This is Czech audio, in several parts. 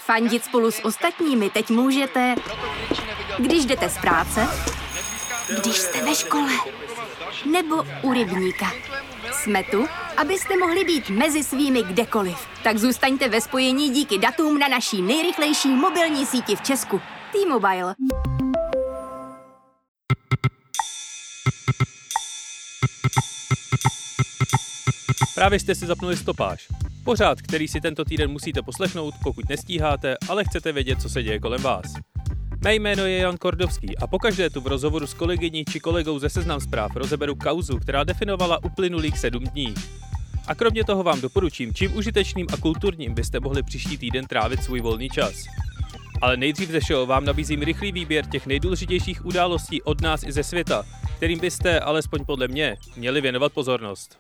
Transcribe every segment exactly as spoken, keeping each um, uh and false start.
Fandit spolu s ostatními teď můžete, když jdete z práce, když jste ve škole, nebo u rybníka. Jsme tu, abyste mohli být mezi svými kdekoliv. Tak zůstaňte ve spojení díky datům na naší nejrychlejší mobilní síti v Česku. T-Mobile. Právě jste si zapnuli stopáž. Pořád, který si tento týden musíte poslechnout, pokud nestíháte, ale chcete vědět, co se děje kolem vás. Mé jméno je Jan Kordovský a pokaždé tu v rozhovoru s kolegyní či kolegou ze Seznam Zpráv rozeberu kauzu, která definovala uplynulých sedm dní. A kromě toho vám doporučím, čím užitečným a kulturním byste mohli příští týden trávit svůj volný čas. Ale nejdřív ze všeho vám nabízím rychlý výběr těch nejdůležitějších událostí od nás i ze světa, kterým byste, alespoň podle mě, měli věnovat pozornost.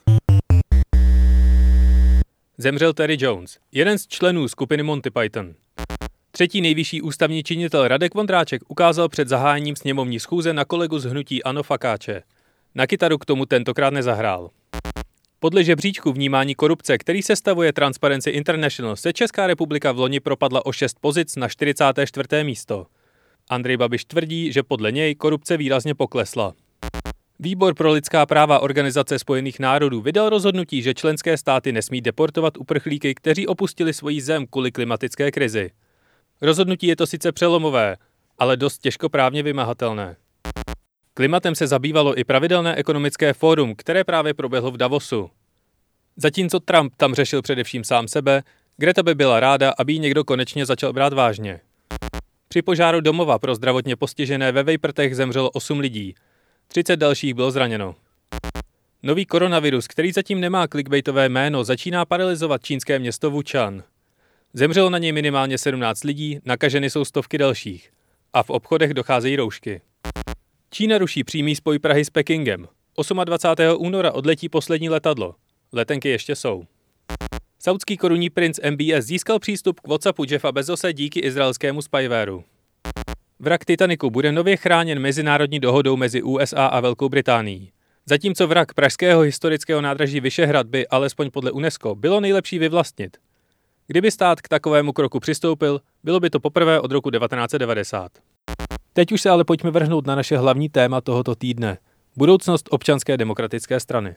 Zemřel Terry Jones, jeden z členů skupiny Monty Python. Třetí nejvyšší ústavní činitel Radek Vondráček ukázal před zahájením sněmovní schůze na kolegu z hnutí ANO Fakáče. Na kytaru k tomu tentokrát nezahrál. Podle žebříčku vnímání korupce, který sestavuje Transparency International, se Česká republika v loni propadla o šest pozic na čtyřicáté čtvrté místo. Andrej Babiš tvrdí, že podle něj korupce výrazně poklesla. Výbor pro lidská práva Organizace spojených národů vydal rozhodnutí, že členské státy nesmí deportovat uprchlíky, kteří opustili svoji zem kvůli klimatické krizi. Rozhodnutí je to sice přelomové, ale dost těžko právně vymahatelné. Klimatem se zabývalo i pravidelné ekonomické fórum, které právě proběhlo v Davosu. Zatímco Trump tam řešil především sám sebe, Greta by byla ráda, aby ji někdo konečně začal brát vážně. Při požáru domova pro zdravotně postižené ve Vejprtech zemřelo osm lidí. třicet dalších bylo zraněno. Nový koronavirus, který zatím nemá clickbaitové jméno, začíná paralyzovat čínské město Wuhan. Zemřelo na něj minimálně sedmnáct lidí, nakaženy jsou stovky dalších. A v obchodech docházejí roušky. Čína ruší přímý spoj Prahy s Pekingem. dvacátého osmého února odletí poslední letadlo. Letenky ještě jsou. Saudský korunní princ M B S získal přístup k WhatsAppu Jeffa Bezose díky izraelskému spywareu. Vrak Titaniku bude nově chráněn mezinárodní dohodou mezi U S A a Velkou Británií. Zatímco vrak pražského historického nádraží Vyšehrad by, alespoň podle UNESCO, bylo nejlepší vyvlastnit. Kdyby stát k takovému kroku přistoupil, bylo by to poprvé od roku devatenáct set devadesát. Teď už se ale pojďme vrhnout na naše hlavní téma tohoto týdne. Budoucnost Občanské demokratické strany.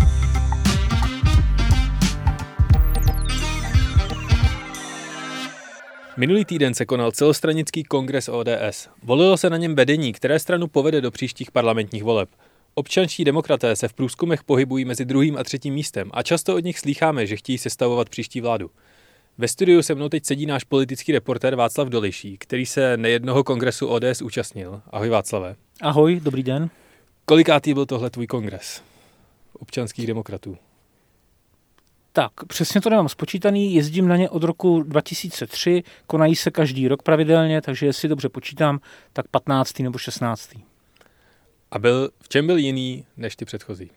Minulý týden se konal celostranický kongres O D S. Volilo se na něm vedení, které stranu povede do příštích parlamentních voleb. Občanští demokraté se v průzkumech pohybují mezi druhým a třetím místem a často od nich slýcháme, že chtějí sestavovat příští vládu. Ve studiu se mnou teď sedí náš politický reportér Václav Dolejší, který se nejednoho kongresu O D S účastnil. Ahoj Václave. Ahoj, dobrý den. Kolikátý byl tohle tvůj kongres občanských demokratů? Tak, přesně to nemám spočítaný, jezdím na ně od roku dva tisíce tři, konají se každý rok pravidelně, takže jestli dobře počítám, tak patnáctý nebo šestnáctý. A byl, v čem byl jiný než ty předchozí?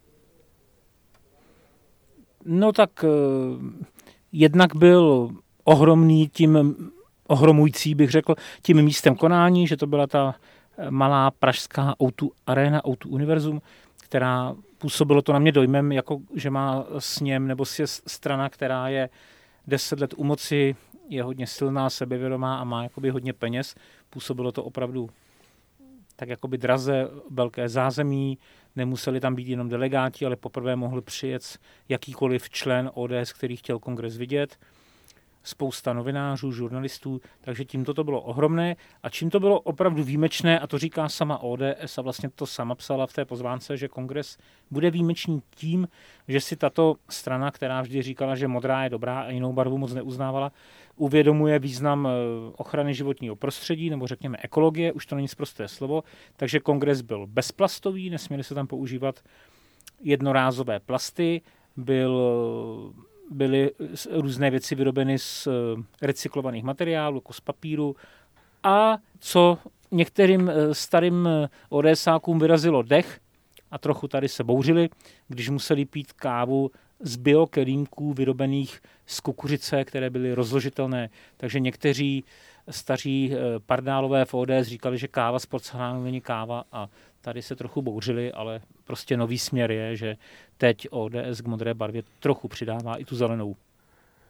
No tak eh, jednak byl ohromný tím, ohromující bych řekl, tím místem konání, že to byla ta malá pražská ó dva Arena, ó dva Univerzum, která působilo to na mě dojmem, jako že má sněm nebo sjezd strana, která je deset let u moci, je hodně silná, sebevědomá a má jakoby hodně peněz. Působilo to opravdu tak jakoby draze, velké zázemí, nemuseli tam být jenom delegáti, ale poprvé mohl přijet jakýkoliv člen O D S, který chtěl kongres vidět. Spousta novinářů, žurnalistů, takže tímto to bylo ohromné a čím to bylo opravdu výjimečné, a to říká sama O D S a vlastně to sama psala v té pozvánce, že kongres bude výjimečný tím, že si tato strana, která vždy říkala, že modrá je dobrá a jinou barvu moc neuznávala, uvědomuje význam ochrany životního prostředí nebo řekněme ekologie, už to není sprosté slovo, takže kongres byl bezplastový, nesměly se tam používat jednorázové plasty, byl byly různé věci vyrobeny z recyklovaných materiálů, jako z papíru. A co některým starým ODSákům vyrazilo dech, a trochu tady se bouřili, když museli pít kávu z biokelímků vyrobených z kukuřice, které byly rozložitelné. Takže někteří staří pardálové v O D S říkali, že káva z porcelánu není káva a tady se trochu bouřili, ale prostě nový směr je, že teď O D S k modré barvě trochu přidává i tu zelenou.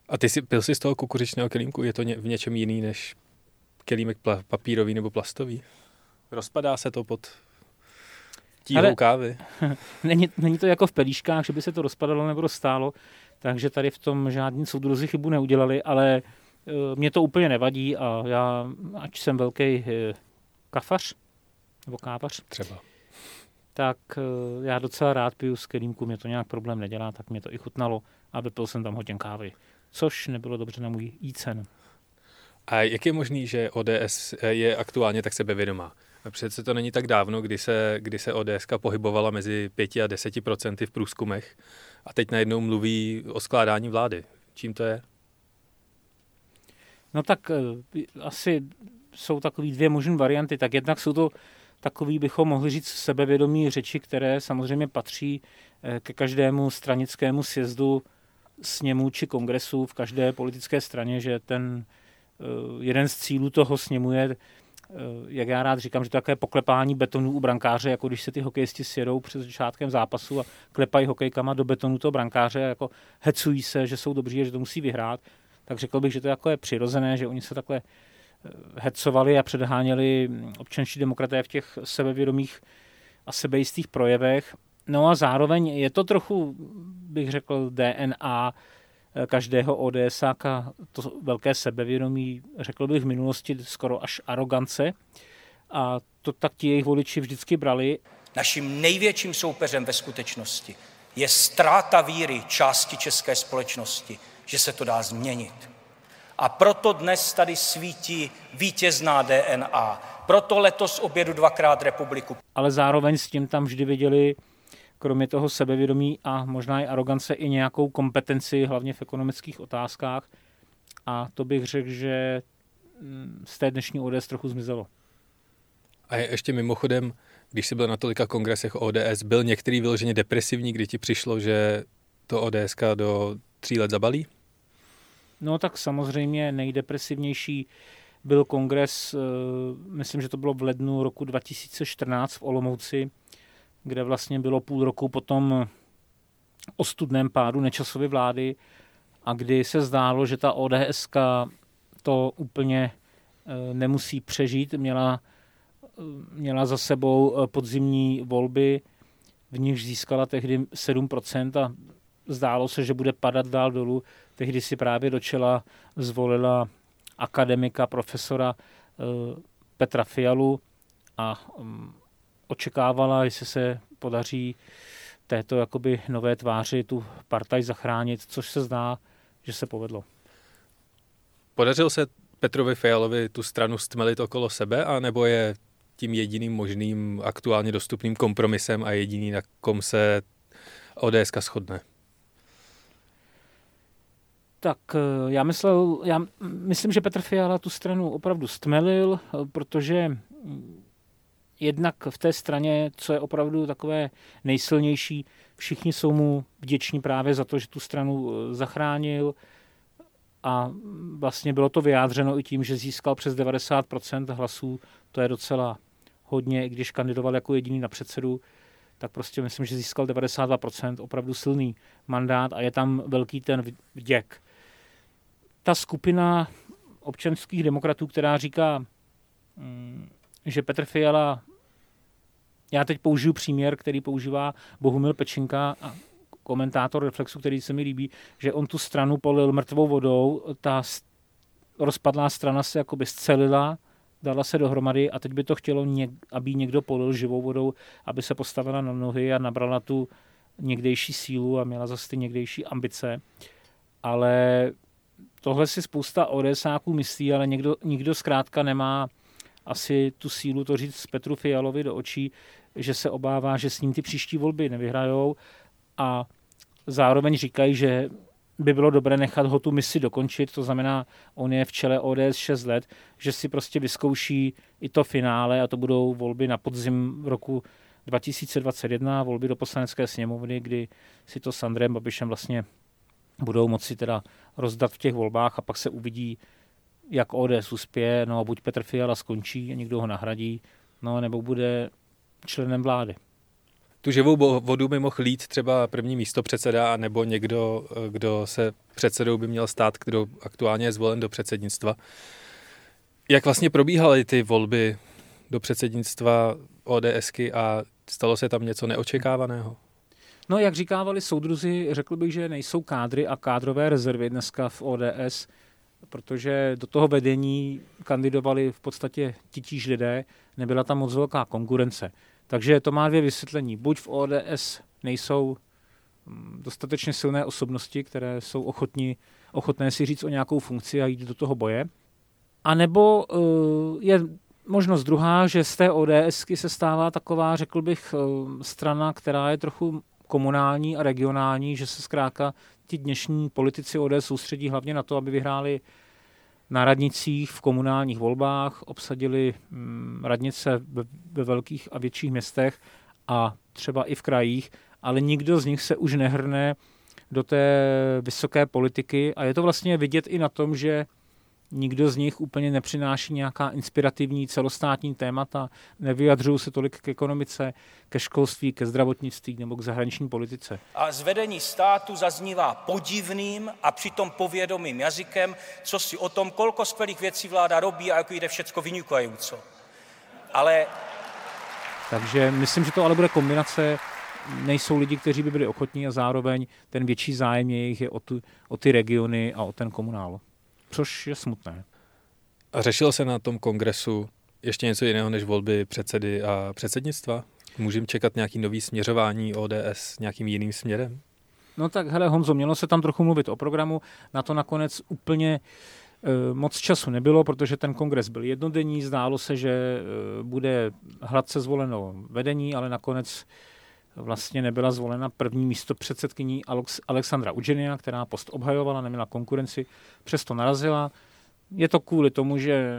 A ty jsi pil si z toho kukuřičného kelímku? Je to ně, v něčem jiný než kelímek pla, papírový nebo plastový? Rozpadá se to pod tíhou Ale kávy? Není, není to jako v pelíškách, že by se to rozpadalo nebo rozstálo, takže tady v tom žádní soudruzi chybu neudělali, ale e, mě to úplně nevadí a já, ač jsem velký e, kafař, nebo kávař, třeba, tak e, já docela rád piju z kelímku, mě to nějak problém nedělá, tak mě to i chutnalo a vypil jsem tam hodně kávy, což nebylo dobře na můj jícen. A jak je možný, že O D S je aktuálně tak sebevědomá? Přece to není tak dávno, kdy se, kdy se ODSka pohybovala mezi pěti a deseti procenty v průzkumech a teď najednou mluví o skládání vlády. Čím to je? No tak asi jsou takové dvě možné varianty. Tak jednak jsou to takový, bychom mohli říct, sebevědomí řeči, které samozřejmě patří ke každému stranickému sjezdu, sněmu či kongresu v každé politické straně, že ten jeden z cílů toho sněmu je, jak já rád říkám, že to je takové poklepání betonu u brankáře, jako když se ty hokejisti sjedou před začátkem zápasu a klepají hokejkama do betonu toho brankáře a jako hecují se, že jsou dobří a že to musí vyhrát. Tak řekl bych, že to je jako je přirozené, že oni se takhle hecovali a předháněli občanští demokraté v těch sebevědomých a sebejistých projevech. No a zároveň je to trochu, bych řekl, D N A každého ODSáka, to velké sebevědomí, řekl bych v minulosti skoro až arogance. A to tak ti jejich voliči vždycky brali. Naším největším soupeřem ve skutečnosti je ztráta víry části české společnosti, že se to dá změnit. A proto dnes tady svítí vítězná D N A. Proto letos objedu dvakrát republiku. Ale zároveň s tím tam vždy viděli, kromě toho sebevědomí a možná i arogance, i nějakou kompetenci, hlavně v ekonomických otázkách. A to bych řekl, že z té dnešní O D S trochu zmizelo. A ještě mimochodem, když jsi byl na tolika kongresech O D S, byl některý vyloženě depresivní, kdy ti přišlo, že to ODSka do tří let zabalí? No tak samozřejmě nejdepresivnější byl kongres, myslím, že to bylo v lednu roku dva tisíce čtrnáct v Olomouci, kde vlastně bylo půl roku po tom ostudném pádu Nečasovy vlády a kdy se zdálo, že ta ODSka to úplně nemusí přežít. Měla, měla za sebou podzimní volby, v nichž získala tehdy sedm procent a zdálo se, že bude padat dál dolů. Tehdy si právě do čela zvolila akademika, profesora Petra Fialu a očekávala, jestli se podaří této jakoby nové tváři tu partaj zachránit, což se zdá, že se povedlo. Podařilo se Petrovi Fialovi tu stranu stmelit okolo sebe, anebo je tím jediným možným aktuálně dostupným kompromisem a jediný, na kom se ODSka shodne? Tak já, myslel, já myslím, že Petr Fiala tu stranu opravdu stmelil, protože jednak v té straně, co je opravdu takové nejsilnější, všichni jsou mu vděční právě za to, že tu stranu zachránil a vlastně bylo to vyjádřeno i tím, že získal přes devadesát procent hlasů, to je docela hodně, i když kandidoval jako jediný na předsedu, tak prostě myslím, že získal devadesát dva procent, opravdu silný mandát a je tam velký ten vděk. Ta skupina občanských demokratů, která říká, že Petr Fiala, já teď použiju příměr, který používá Bohumil Pečinka, a komentátor Reflexu, který se mi líbí, že on tu stranu polil mrtvou vodou, ta rozpadlá strana se jakoby scelila, dala se dohromady a teď by to chtělo, aby někdo polil živou vodou, aby se postavila na nohy a nabrala tu někdejší sílu a měla zase ty někdejší ambice. Ale tohle si spousta ODSáků myslí, ale někdo, nikdo zkrátka nemá asi tu sílu to říct Petru Fialovi do očí, že se obává, že s ním ty příští volby nevyhrajou a zároveň říkají, že by bylo dobré nechat ho tu misi dokončit, to znamená, on je v čele O D S šest let, že si prostě vyzkouší i to finále a to budou volby na podzim roku dva tisíce dvacet jedna, volby do Poslanecké sněmovny, kdy si to s Andrejem Babišem vlastně budou moci teda rozdat v těch volbách a pak se uvidí, jak O D S uspěje, no a buď Petr Fiala skončí a někdo ho nahradí, no nebo bude členem vlády. Tu živou vodu by mohl lít třeba první místopředseda nebo někdo, kdo se předsedou by měl stát, kdo aktuálně je zvolen do předsednictva. Jak vlastně probíhaly ty volby do předsednictva ODSky a stalo se tam něco neočekávaného? No, jak říkávali soudruzi, řekl bych, že nejsou kádry a kádrové rezervy dneska v O D S, protože do toho vedení kandidovali v podstatě titíž lidé, nebyla tam moc velká konkurence. Takže to má dvě vysvětlení. Buď v O D S nejsou dostatečně silné osobnosti, které jsou ochotní, ochotné si říct o nějakou funkci a jít do toho boje. A nebo uh, je možnost druhá, že z té ODSky se stává taková, řekl bych, uh, strana, která je trochu komunální a regionální, že se zkrátka ti dnešní politici O D S soustředí hlavně na to, aby vyhráli na radnicích v komunálních volbách, obsadili um, radnice ve, ve velkých a větších městech a třeba i v krajích, ale nikdo z nich se už nehrne do té vysoké politiky a je to vlastně vidět i na tom, že nikdo z nich úplně nepřináší nějaká inspirativní celostátní témata, nevyjadřují se tolik k ekonomice, ke školství, ke zdravotnictví nebo k zahraniční politice. A z vedení státu zaznívá podivným a přitom povědomým jazykem, co si o tom, kolko skvělých věcí vláda robí a jak jde všecko vynikajúco. Ale... Takže myslím, že to ale bude kombinace. Nejsou lidi, kteří by byli ochotní a zároveň ten větší zájem jejich je o, tu, o ty regiony a o ten komunál. Což je smutné. A řešilo se na tom kongresu ještě něco jiného než volby předsedy a předsednictva? Můžeme čekat nějaký nový směřování O D S nějakým jiným směrem? No tak hele Honzo, mělo se tam trochu mluvit o programu, na to nakonec úplně e, moc času nebylo, protože ten kongres byl jednodenní, zdálo se, že e, bude hladce zvoleno vedení, ale nakonec vlastně nebyla zvolena první místopředsedkyní Alexandra Udženija, která post obhajovala, neměla konkurenci, přesto narazila. Je to kvůli tomu, že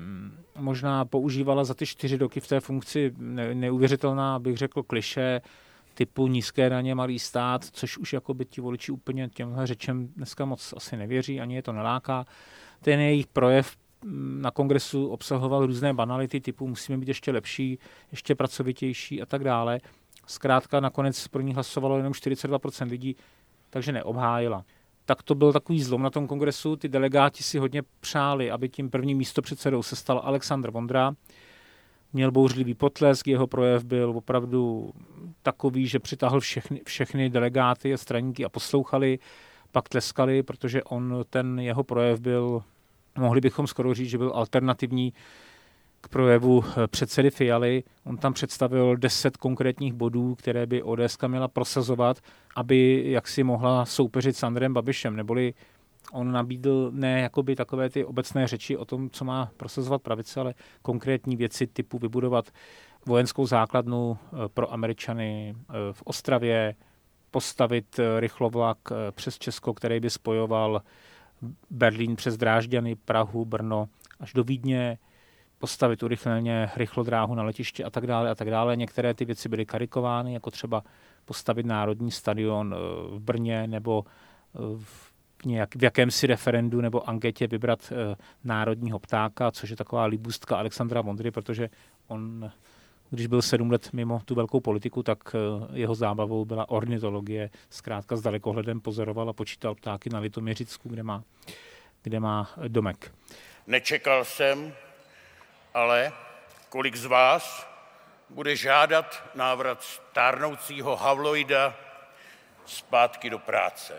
možná používala za ty čtyři roky v té funkci neuvěřitelná, bych řekl, klišé typu nízké daně, malý stát, což už jako by ti voliči úplně těmhle řečem dneska moc asi nevěří, ani je to neláká. Ten jejich projev na kongresu obsahoval různé banality typu musíme být ještě lepší, ještě pracovitější a tak dále. Zkrátka nakonec pro ní hlasovalo jenom čtyřicet dva procent lidí, takže neobhájila. Tak to byl takový zlom na tom kongresu. Ty delegáti si hodně přáli, aby tím prvním místopředsedou se stal Alexandr Vondra. Měl bouřlivý potlesk, jeho projev byl opravdu takový, že přitáhl všechny, všechny delegáty a straníky a poslouchali, pak tleskali, protože on, ten jeho projev byl, mohli bychom skoro říct, že byl alternativní k projevu předsedy Fialy. On tam představil deset konkrétních bodů, které by ODSka měla prosazovat, aby jaksi mohla soupeřit s Andrejem Babišem, neboli on nabídl ne jakoby takové ty obecné řeči o tom, co má prosazovat pravice, ale konkrétní věci typu vybudovat vojenskou základnu pro Američany v Ostravě, postavit rychlovlak přes Česko, který by spojoval Berlín přes Drážďany, Prahu, Brno až do Vídně, postavit urychleně rychlodráhu na letiště a tak dále a tak dále. Některé ty věci byly karikovány, jako třeba postavit národní stadion v Brně nebo v, nějak, v jakémsi referendu nebo anketě vybrat eh, národního ptáka, což je taková libůstka Alexandra Vondry, protože on, když byl sedm let mimo tu velkou politiku, tak eh, jeho zábavou byla ornitologie. Zkrátka s dalekohledem pozoroval a počítal ptáky na Litoměřicku, kde má, kde má domek. Nečekal jsem, ale kolik z vás bude žádat návrat stárnoucího Havloida zpátky do práce?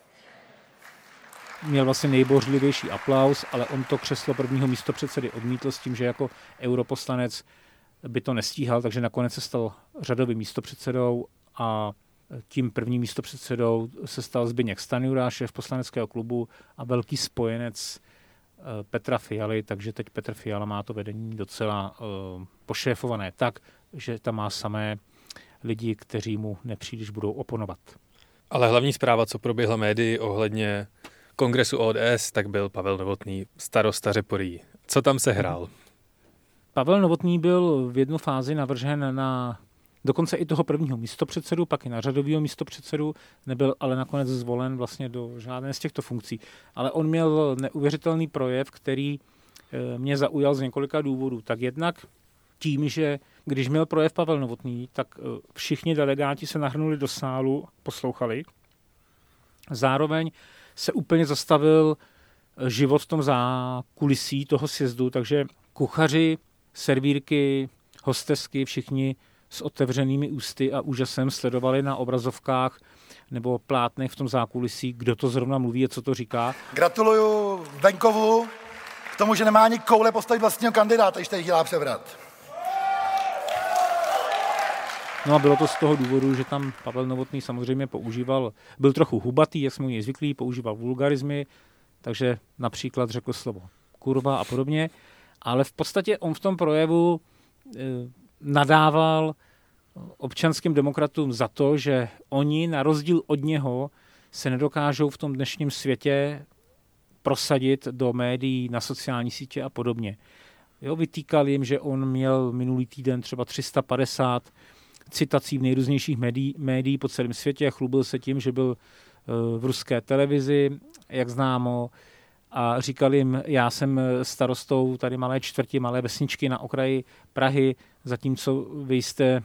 Měl vlastně nejbouřlivější aplaus, ale on to křeslo prvního místopředsedy odmítl s tím, že jako europoslanec by to nestíhal, takže nakonec se stal řadovým místopředsedou a tím prvním místopředsedou se stal Zbyněk Stanjura, šéf poslaneckého klubu a velký spojenec Petra Fialy, takže teď Petr Fiala má to vedení docela uh, pošéfované tak, že tam má samé lidi, kteří mu nepříliš budou oponovat. Ale hlavní zpráva, co proběhla médii ohledně kongresu O D S, tak byl Pavel Novotný, starosta Řeporyjí. Co tam se hrál? Pavel Novotný byl v jednu fázi navržen na dokonce i toho prvního místopředsedu, pak i na řadového místopředsedu, nebyl ale nakonec zvolen vlastně do žádné z těchto funkcí. Ale on měl neuvěřitelný projev, který mě zaujal z několika důvodů. Tak jednak tím, že když měl projev Pavel Novotný, tak všichni delegáti se nahrnuli do sálu, poslouchali. Zároveň se úplně zastavil život v tom zákulisí toho sjezdu, takže kuchaři, servírky, hostesky, všichni s otevřenými ústy a úžasem sledovali na obrazovkách nebo plátnech v tom zákulisí, kdo to zrovna mluví a co to říká. Gratuluju Venkovu k tomu, že nemá ani koule postavit vlastního kandidáta, když tady dělá převrat. No a bylo to z toho důvodu, že tam Pavel Novotný samozřejmě používal, byl trochu hubatý, jak jsme u něj zvyklí, používal vulgarizmy, takže například řekl slovo kurva a podobně, ale v podstatě on v tom projevu e, nadával občanským demokratům za to, že oni na rozdíl od něho se nedokážou v tom dnešním světě prosadit do médií, na sociální sítě a podobně. Jo, vytýkal jim, že on měl minulý týden třeba tři sta padesát citací v nejrůznějších médií, médií po celém světě a chlubil se tím, že byl v ruské televizi, jak známo, a říkal jim, já jsem starostou tady malé čtvrti, malé vesničky na okraji Prahy, zatímco vy jste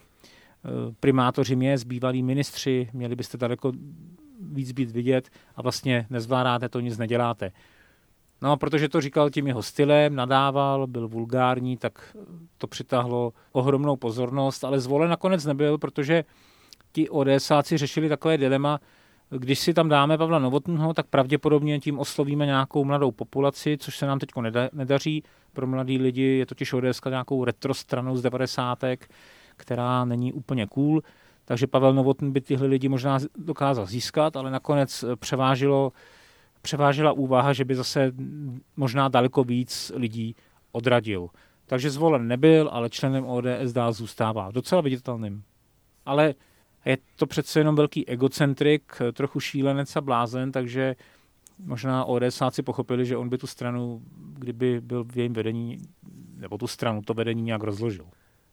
primátoři měst, bývalí ministři, měli byste daleko víc být vidět a vlastně nezvládáte to, nic neděláte. No a protože to říkal tím jeho stylem, nadával, byl vulgární, tak to přitáhlo ohromnou pozornost, ale zvolen nakonec nebyl, protože ti ODSáci řešili takové dilema, když si tam dáme Pavla Novotného, tak pravděpodobně tím oslovíme nějakou mladou populaci, což se nám teď nedaří. Pro mladý lidi je totiž ODSka nějakou retro stranou z devadesátek, která není úplně cool, takže Pavel Novotný by tyhle lidi možná dokázal získat, ale nakonec převážilo, převážila úvaha, že by zase možná daleko víc lidí odradil. Takže zvolen nebyl, ale členem O D S dál zůstává. Docela viditelným. Ale je to přece jenom velký egocentrik, trochu šílenec a blázen, takže možná ODSáci pochopili, že on by tu stranu, kdyby byl v jejím vedení, nebo tu stranu, to vedení nějak rozložil.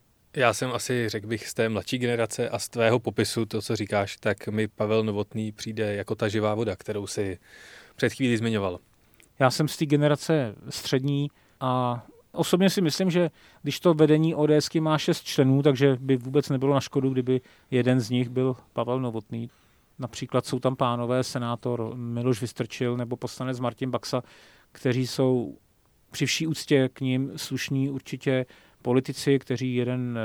Já jsem asi, řekl bych, z té mladší generace a z tvého popisu, to, co říkáš, tak mi Pavel Novotný přijde jako ta živá voda, kterou si před chvílí zmiňoval. Já jsem z té generace střední a osobně si myslím, že když to vedení ODSky má šest členů, takže by vůbec nebylo na škodu, kdyby jeden z nich byl Pavel Novotný. Například jsou tam pánové, senátor Miloš Vystrčil nebo poslanec Martin Baxa, kteří jsou při vší úctě k ním slušní určitě politici, kteří jeden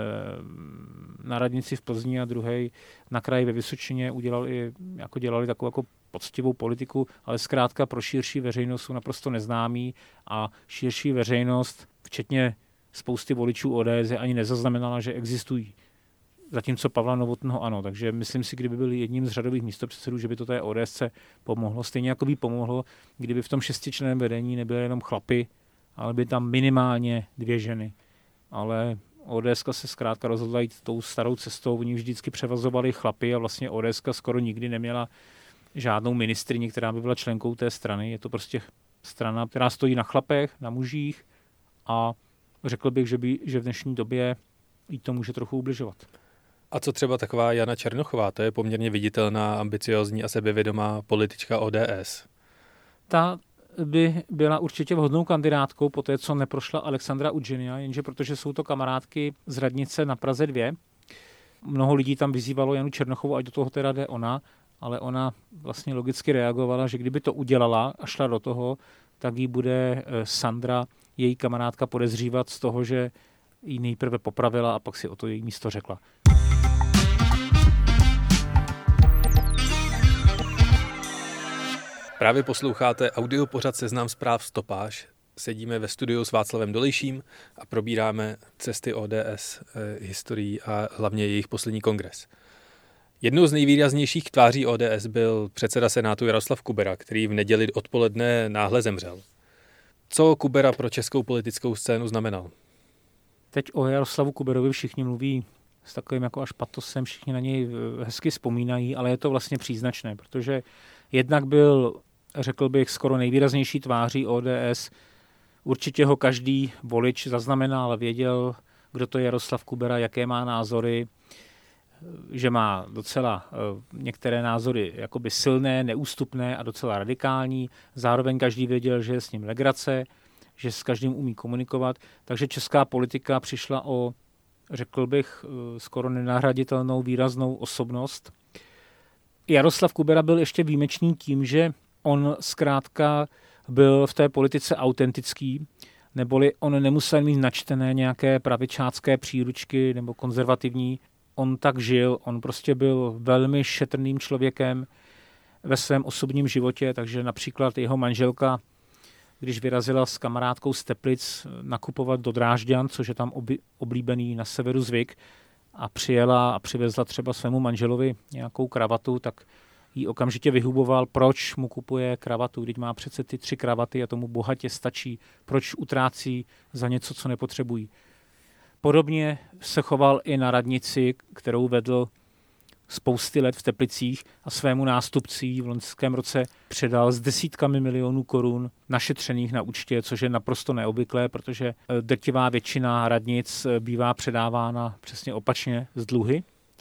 na radnici v Plzni a druhý na kraji ve Vysočině udělal i, jako dělali takovou jako poctivou politiku, ale zkrátka pro širší veřejnost jsou naprosto neznámí a širší veřejnost, včetně spousty voličů O D S, ani nezaznamenala, že existují. Zatímco Pavla Novotného ano, takže myslím si, kdyby byl jedním z řadových místopředsedů, že by to té ODSce pomohlo. Stejně jako by pomohlo, kdyby v tom šestičlenném vedení nebyly jenom chlapy, ale by tam minimálně dvě ženy. Ale ODSka se zkrátka rozhodla jít tou starou cestou, oni vždycky převazovali chlapy a vlastně ODSka skoro nikdy neměla žádnou ministryni, která by byla členkou té strany. Je to prostě strana, která stojí na chlapech, na mužích a řekl bych, že, by, že v dnešní době jí to může trochu ubližovat. A co třeba taková Jana Černochová? To je poměrně viditelná, ambiciozní a sebevědomá politička O D S. Ta by byla určitě vhodnou kandidátkou po té, co neprošla Alexandra Udženia, jenže protože jsou to kamarádky z radnice na Praze dvě. Mnoho lidí tam vyzývalo Janu Černochovou, ať do toho teda jde ona, ale ona vlastně logicky reagovala, že kdyby to udělala a šla do toho, tak jí bude Sandra, její kamarádka, podezřívat z toho, že ji nejprve popravila a pak si o to její místo řekla. Právě posloucháte audiopořad Seznam zpráv Stopáž. Sedíme ve studiu s Václavem Dolejším a probíráme cesty O D S, eh, historií a hlavně jejich poslední kongres. Jednou z nejvýraznějších tváří O D S byl předseda Senátu Jaroslav Kubera, který v neděli odpoledne náhle zemřel. Co Kubera pro českou politickou scénu znamenal? Teď o Jaroslavu Kuberovi všichni mluví s takovým jako až patosem, všichni na něj hezky vzpomínají, ale je to vlastně příznačné, protože jednak byl, řekl bych, skoro nejvýraznější tváří O D S. Určitě ho každý volič zaznamenal, věděl, kdo to je Jaroslav Kubera, jaké má názory, že má docela některé názory jakoby silné, neústupné a docela radikální. Zároveň každý věděl, že je s ním legrace, že s každým umí komunikovat. Takže česká politika přišla o řekl bych, skoro nenahraditelnou výraznou osobnost. Jaroslav Kubera byl ještě výjimečný tím, že on zkrátka byl v té politice autentický, neboli on nemusel mít načtené nějaké pravičácké příručky nebo konzervativní. On tak žil, on prostě byl velmi šetrným člověkem ve svém osobním životě, takže například jeho manželka, když vyrazila s kamarádkou z Teplic nakupovat do Drážďan, což je tam oblíbený na severu zvyk, a přijela a přivezla třeba svému manželovi nějakou kravatu, tak jí okamžitě vyhuboval, proč mu kupuje kravatu, když má přece ty tři kravaty a tomu bohatě stačí, proč utrácí za něco, co nepotřebují. Podobně se choval i na radnici, kterou vedl spousty let v Teplicích a svému nástupci v loňském roce předal s desítkami milionů korun našetřených na účtě, což je naprosto neobvyklé, protože drtivá většina radnic bývá předávána přesně opačně z dluhy.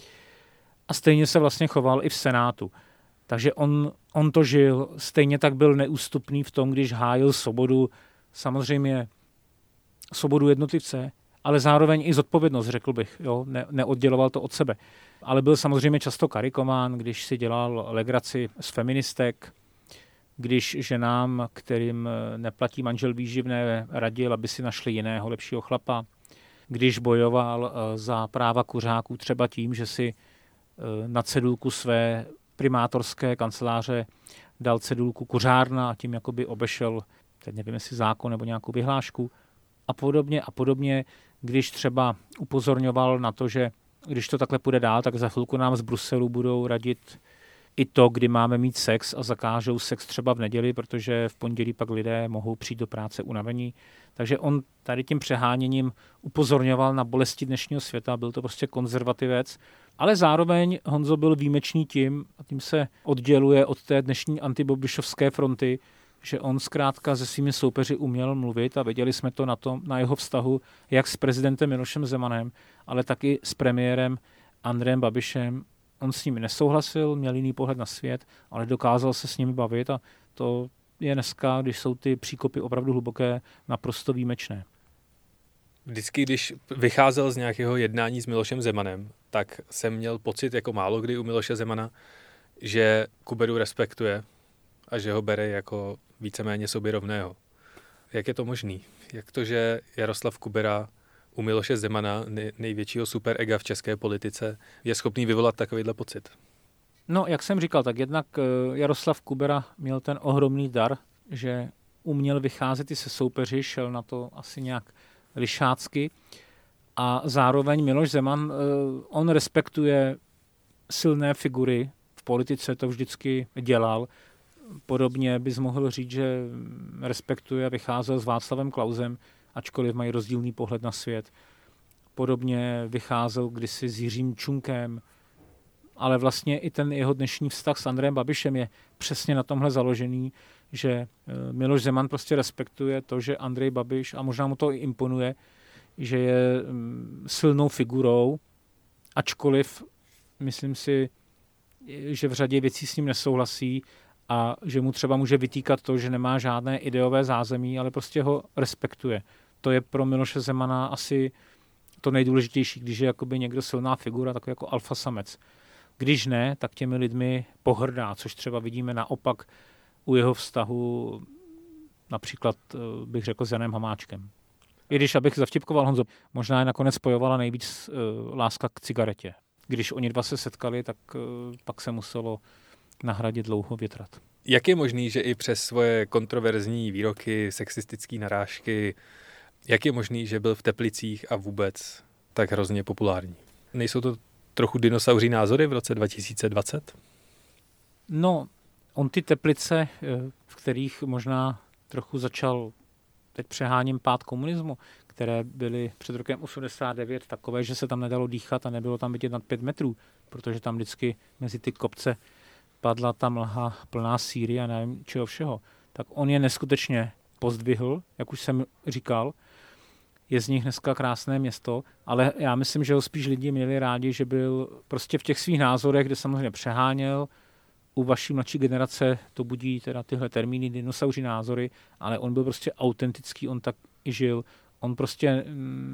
A stejně se vlastně choval i v Senátu. Takže on, on to žil, stejně tak byl neústupný v tom, když hájil svobodu, samozřejmě svobodu jednotlivce, ale zároveň i zodpovědnost, řekl bych. Jo? Ne, neodděloval to od sebe. Ale byl samozřejmě často karikomán, když si dělal legraci z feministek, když ženám, kterým neplatí manžel výživné, radil, aby si našli jiného, lepšího chlapa. Když bojoval za práva kuřáků třeba tím, že si na cedulku své primátorské kanceláře dal cedulku kuřárna a tím jakoby obešel, teď nevím, jestli zákon nebo nějakou vyhlášku a podobně a podobně, když třeba upozorňoval na to, že když to takhle půjde dál, tak za chvilku nám z Bruselu budou radit i to, kdy máme mít sex a zakážou sex třeba v neděli, protože v pondělí pak lidé mohou přijít do práce unavení. Takže on tady tím přeháněním upozorňoval na bolesti dnešního světa, byl to prostě konzervativec, ale zároveň Honzo byl výjimečný tím, a tím se odděluje od té dnešní antibobišovské fronty, že on zkrátka se svými soupeři uměl mluvit a viděli jsme to na, tom, na jeho vztahu jak s prezidentem Milošem Zemanem, ale taky s premiérem Andrejem Babišem. On s nimi nesouhlasil, měl jiný pohled na svět, ale dokázal se s nimi bavit a to je dneska, když jsou ty příkopy opravdu hluboké, naprosto výjimečné. Vždycky, když vycházel z nějakého jednání s Milošem Zemanem, tak jsem měl pocit, jako málo kdy u Miloše Zemana, že Kuberu respektuje a že ho bere jako víceméně sobě rovného. Jak je to možný? Jak to, že Jaroslav Kubera u Miloše Zemana, největšího superega v české politice, je schopný vyvolat takovýhle pocit? No, jak jsem říkal, tak jednak Jaroslav Kubera měl ten ohromný dar, že uměl vycházet i se soupeři, šel na to asi nějak lišácky a zároveň Miloš Zeman, on respektuje silné figury, v politice to vždycky dělal. Podobně bys mohl říct, že respektuje a vycházel s Václavem Klausem, ačkoliv mají rozdílný pohled na svět. Podobně vycházel kdysi s Jiřím Čunkem, ale vlastně i ten jeho dnešní vztah s Andrejem Babišem je přesně na tomhle založený, že Miloš Zeman prostě respektuje to, že Andrej Babiš, a možná mu to i imponuje, že je silnou figurou, ačkoliv myslím si, že v řadě věcí s ním nesouhlasí a že mu třeba může vytýkat to, že nemá žádné ideové zázemí, ale prostě ho respektuje. To je pro Miloše Zemana asi to nejdůležitější, když je jakoby někdo silná figura, takový jako alfa samec. Když ne, tak těmi lidmi pohrdá, což třeba vidíme naopak u jeho vztahu například bych řekl s Janem Hamáčkem. I když, abych zavtipkoval Honzo, možná je nakonec spojovala nejvíc uh, láska k cigaretě. Když oni dva se setkali, tak uh, pak se muselo nahradit dlouho větrat. Jak je možný, že i přes svoje kontroverzní výroky, sexistické narážky, jak je možný, že byl v Teplicích a vůbec tak hrozně populární? Nejsou to trochu dinosauří názory v roce dva tisíce dvacet? No, on ty Teplice, v kterých možná trochu začal, teď přeháním, pád komunismu, které byly před rokem osmdesát devět takové, že se tam nedalo dýchat a nebylo tam vidět nad pět metrů, protože tam vždycky mezi ty kopce padla ta mlha plná síry a nevím čeho všeho. Tak on je neskutečně pozdvihl, jak už jsem říkal. Je z nich dneska krásné město, ale já myslím, že ho spíš lidi měli rádi, že byl prostě v těch svých názorech, kde samozřejmě přeháněl. U vaší mladší generace to budí teda tyhle termíny, dinosauří názory, ale on byl prostě autentický, on tak i žil. On prostě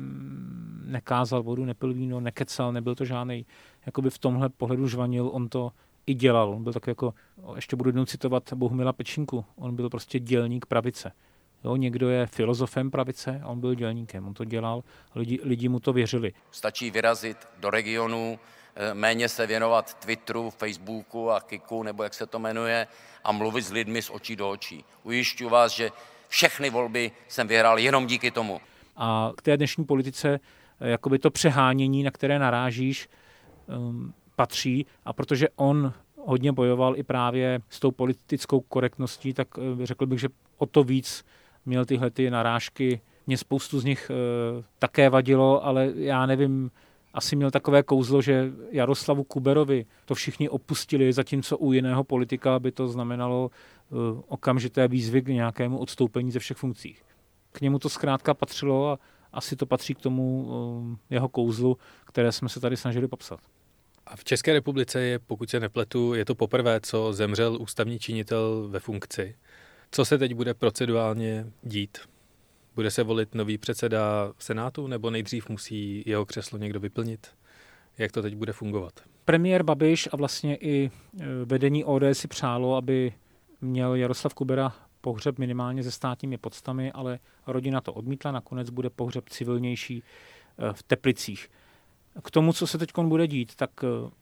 mm, nekázal vodu, nepil víno, nekecal, nebyl to žádnej, jakoby v tomhle pohledu žvanil, on to i dělal. On byl tak jako, ještě budu jednou citovat Bohumila Pečinku, on byl prostě dělník pravice. Jo, někdo je filozofem pravice a on byl dělníkem, on to dělal, lidi, lidi mu to věřili. Stačí vyrazit do regionu, méně se věnovat Twitteru, Facebooku a Kiku, nebo jak se to jmenuje, a mluvit s lidmi z očí do očí. Ujišťuji vás, že všechny volby jsem vyhrál jenom díky tomu. A k té dnešní politice jakoby to přehánění, na které narážíš, um, patří, a protože on hodně bojoval i právě s tou politickou korektností, tak uh, řekl bych, že o to víc měl tyhle ty narážky. Mně spoustu z nich uh, také vadilo, ale já nevím, asi měl takové kouzlo, že Jaroslavu Kuberovi to všichni opustili, zatímco u jiného politika by to znamenalo uh, okamžité výzvy k nějakému odstoupení ze všech funkcí. K němu to zkrátka patřilo a asi to patří k tomu uh, jeho kouzlu, které jsme se tady snažili popsat. A v České republice je, pokud se nepletu, je to poprvé, co zemřel ústavní činitel ve funkci. Co se teď bude procedurálně dít? Bude se volit nový předseda Senátu, nebo nejdřív musí jeho křeslo někdo vyplnit? Jak to teď bude fungovat? Premiér Babiš a vlastně i vedení O D S si přálo, aby měl Jaroslav Kubera pohřeb minimálně se státními podstami, ale rodina to odmítla, nakonec bude pohřeb civilnější v Teplicích. K tomu, co se teď bude dít, tak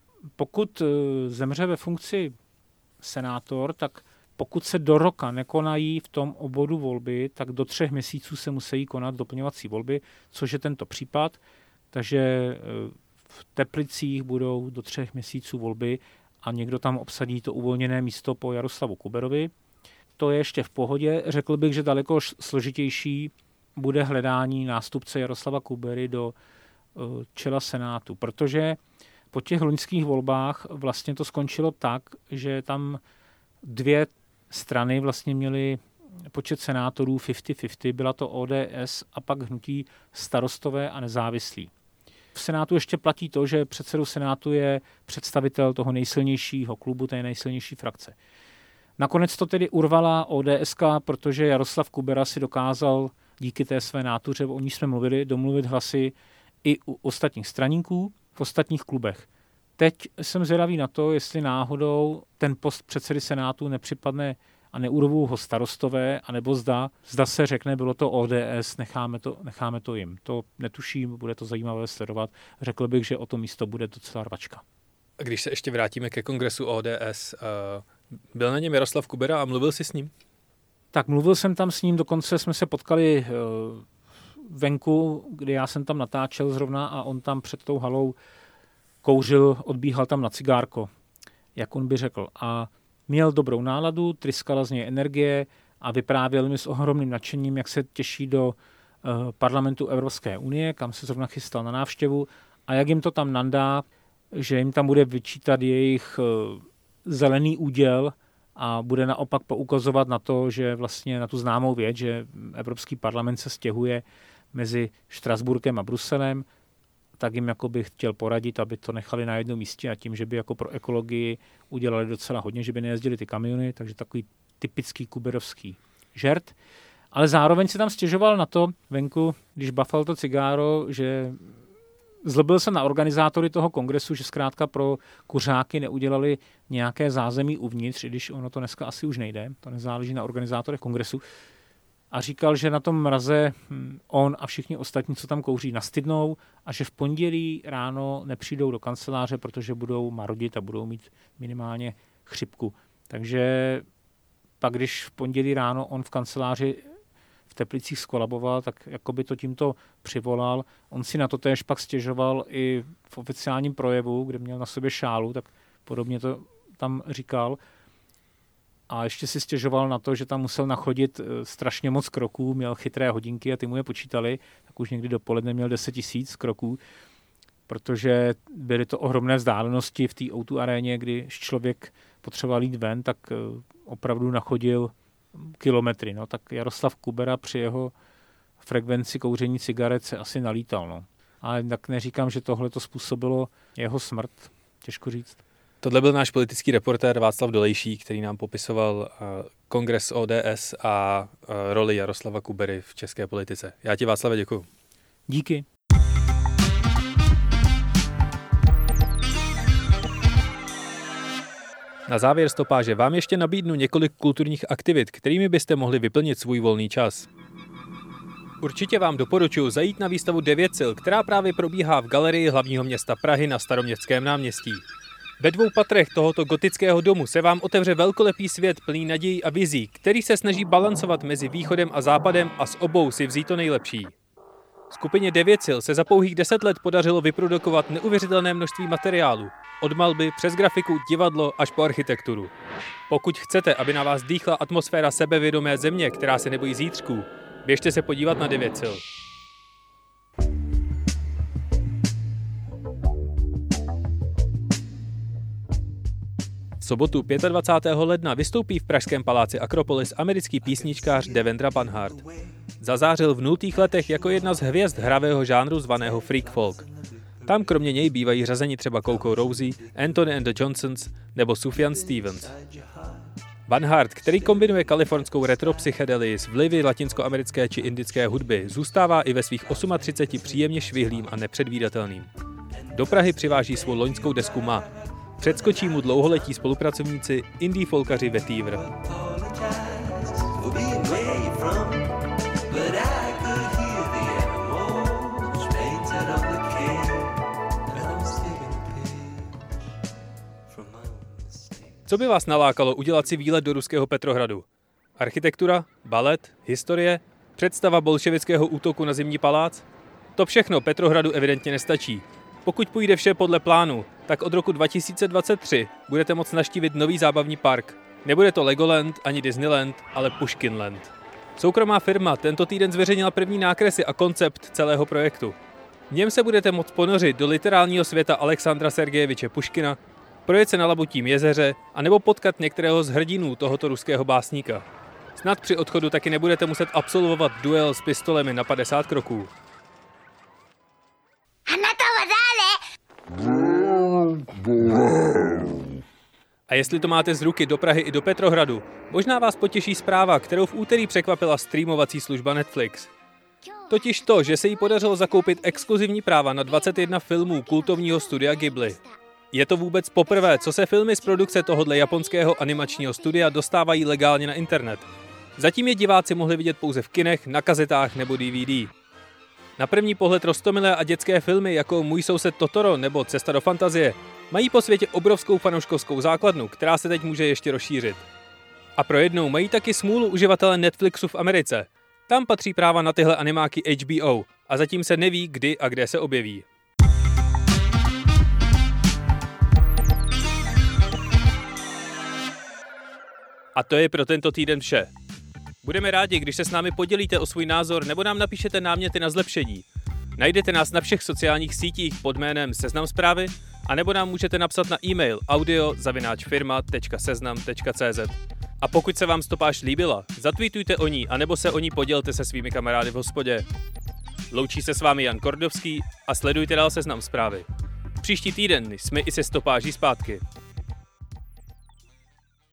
pokud zemře ve funkci senátor, tak pokud se do roka nekonají v tom obvodu volby, tak do třech měsíců se musí konat doplňovací volby, což je tento případ. Takže v Teplicích budou do třech měsíců volby a někdo tam obsadí to uvolněné místo po Jaroslavu Kuberovi. To je ještě v pohodě. Řekl bych, že daleko složitější bude hledání nástupce Jaroslava Kubery do čela Senátu, protože po těch loňských volbách vlastně to skončilo tak, že tam dvě strany vlastně měly počet senátorů padesát padesát, byla to O D S a pak hnutí Starostové a nezávislí. V Senátu ještě platí to, že předsedou Senátu je představitel toho nejsilnějšího klubu, té nejsilnější frakce. Nakonec to tedy urvala O D S ka, protože Jaroslav Kubera si dokázal díky té své nátuře, o níž jsme mluvili, domluvit hlasy i u ostatních straníků v ostatních klubech. Teď jsem zvědavý na to, jestli náhodou ten post předsedy Senátu nepřipadne a neurvou ho Starostové, anebo zda, zda se řekne, bylo to O D S, necháme to, necháme to jim. To netuším, bude to zajímavé sledovat. Řekl bych, že o to místo bude docela rvačka. A když se ještě vrátíme ke kongresu O D S, uh, byl na něm Jaroslav Kubera a mluvil jsi s ním? Tak mluvil jsem tam s ním, dokonce jsme se potkali uh, venku, kdy já jsem tam natáčel zrovna a on tam před tou halou kouřil, odbíhal tam na cigárko, jak on by řekl. A měl dobrou náladu, tryskala z něj energie a vyprávěl mi s ohromným nadšením, jak se těší do uh, parlamentu Evropské unie, kam se zrovna chystal na návštěvu a jak jim to tam nandá, že jim tam bude vyčítat jejich uh, zelený úděl a bude naopak poukazovat na to, že vlastně na tu známou věc, že Evropský parlament se stěhuje mezi Štrasburkem a Bruselem, tak jim jako by chtěl poradit, aby to nechali na jednom místě a tím, že by jako pro ekologii udělali docela hodně, že by nejezdili ty kamiony, takže takový typický kuberovský žert. Ale zároveň si tam stěžoval na to venku, když bafal to cigáro, že zlobil se na organizátory toho kongresu, že zkrátka pro kuřáky neudělali nějaké zázemí uvnitř, i když ono to dneska asi už nejde, to nezáleží na organizátorech kongresu. A říkal, že na tom mraze on a všichni ostatní, co tam kouří, nastydnou a že v pondělí ráno nepřijdou do kanceláře, protože budou marodit a budou mít minimálně chřipku. Takže pak, když v pondělí ráno on v kanceláři v Teplicích skolaboval, tak jako by to tímto přivolal. On si na to též pak stěžoval i v oficiálním projevu, kde měl na sobě šálu, tak podobně to tam říkal. A ještě si stěžoval na to, že tam musel nachodit strašně moc kroků, měl chytré hodinky a ty mu je počítali, tak už někdy dopoledne měl deset tisíc kroků, protože byly to ohromné vzdálenosti v té ó dvě aréně, když člověk potřeboval jít ven, tak opravdu nachodil kilometry. No. Tak Jaroslav Kubera při jeho frekvenci kouření cigaret se asi nalítal. No. Ale tak neříkám, že tohle to způsobilo jeho smrt, těžko říct. Tohle byl náš politický reportér Václav Dolejší, který nám popisoval kongres O D S a roli Jaroslava Kubery v české politice. Já ti, Václave, děkuju. Díky. Na závěr stopáže vám ještě nabídnu několik kulturních aktivit, kterými byste mohli vyplnit svůj volný čas. Určitě vám doporučuji zajít na výstavu Devět sil, která právě probíhá v galerii hlavního města Prahy na Staroměstském náměstí. Ve dvou patrech tohoto gotického domu se vám otevře velkolepý svět plný nadějí a vizí, který se snaží balancovat mezi východem a západem a s obou si vzít to nejlepší. Skupině Devět sil se za pouhých deset let podařilo vyprodukovat neuvěřitelné množství materiálu, od malby přes grafiku, divadlo až po architekturu. Pokud chcete, aby na vás dýchla atmosféra sebevědomé země, která se nebojí zítřků, běžte se podívat na Devět sil. V sobotu dvacátého pátého ledna vystoupí v pražském paláci Akropolis americký písničkář Devendra Banhart. Zazářil v nultých letech jako jedna z hvězd hravého žánru zvaného freak folk. Tam kromě něj bývají řazeni třeba Coco Rosie, Anthony and the Johnsons nebo Sufjan Stevens. Banhart, který kombinuje kalifornskou retro psychedelii s vlivy latinskoamerické či indické hudby, zůstává i ve svých třiceti osmi příjemně švihlým a nepředvídatelným. Do Prahy přiváží svou loňskou desku Ma. Předskočí mu dlouholetí spolupracovníci indie folkaři Vetiver. Co by vás nalákalo udělat si výlet do ruského Petrohradu? Architektura, balet, historie, představa bolševického útoku na Zimní palác? To všechno Petrohradu evidentně nestačí. Pokud půjde vše podle plánu, tak od roku dva tisíce dvacet tři budete moct navštívit nový zábavní park. Nebude to Legoland ani Disneyland, ale Puškinland. Soukromá firma tento týden zveřejnila první nákresy a koncept celého projektu. V něm se budete moct ponořit do literálního světa Alexandra Sergejeviče Puškina, projet se na Labutím jezeře a nebo potkat některého z hrdinů tohoto ruského básníka. Snad při odchodu taky nebudete muset absolvovat duel s pistolemi na padesát kroků. A jestli to máte z ruky do Prahy i do Petrohradu, možná vás potěší zpráva, kterou v úterý překvapila streamovací služba Netflix. Totiž to, že se jí podařilo zakoupit exkluzivní práva na dvacet jedna filmů kultovního studia Ghibli. Je to vůbec poprvé, co se filmy z produkce tohodle japonského animačního studia dostávají legálně na internet. Zatím je diváci mohli vidět pouze v kinech, na kazetách nebo D V D. Na první pohled roztomilé a dětské filmy jako Můj soused Totoro nebo Cesta do fantazie mají po světě obrovskou fanouškovskou základnu, která se teď může ještě rozšířit. A pro jednou mají taky smůlu uživatelé Netflixu v Americe. Tam patří práva na tyhle animáky H B O a zatím se neví, kdy a kde se objeví. A to je pro tento týden vše. Budeme rádi, když se s námi podělíte o svůj názor nebo nám napíšete náměty na zlepšení. Najdete nás na všech sociálních sítích pod jménem Seznam Zprávy, anebo nám můžete napsat na e-mail audio zavináč firma tečka seznam tečka cé zet. A pokud se vám stopáž líbila, zatweetujte o ní, anebo se o ní podělte se svými kamarády v hospodě. Loučí se s vámi Jan Kordovský a sledujte dál Seznam Zprávy. Příští týden jsme i se stopáží zpátky.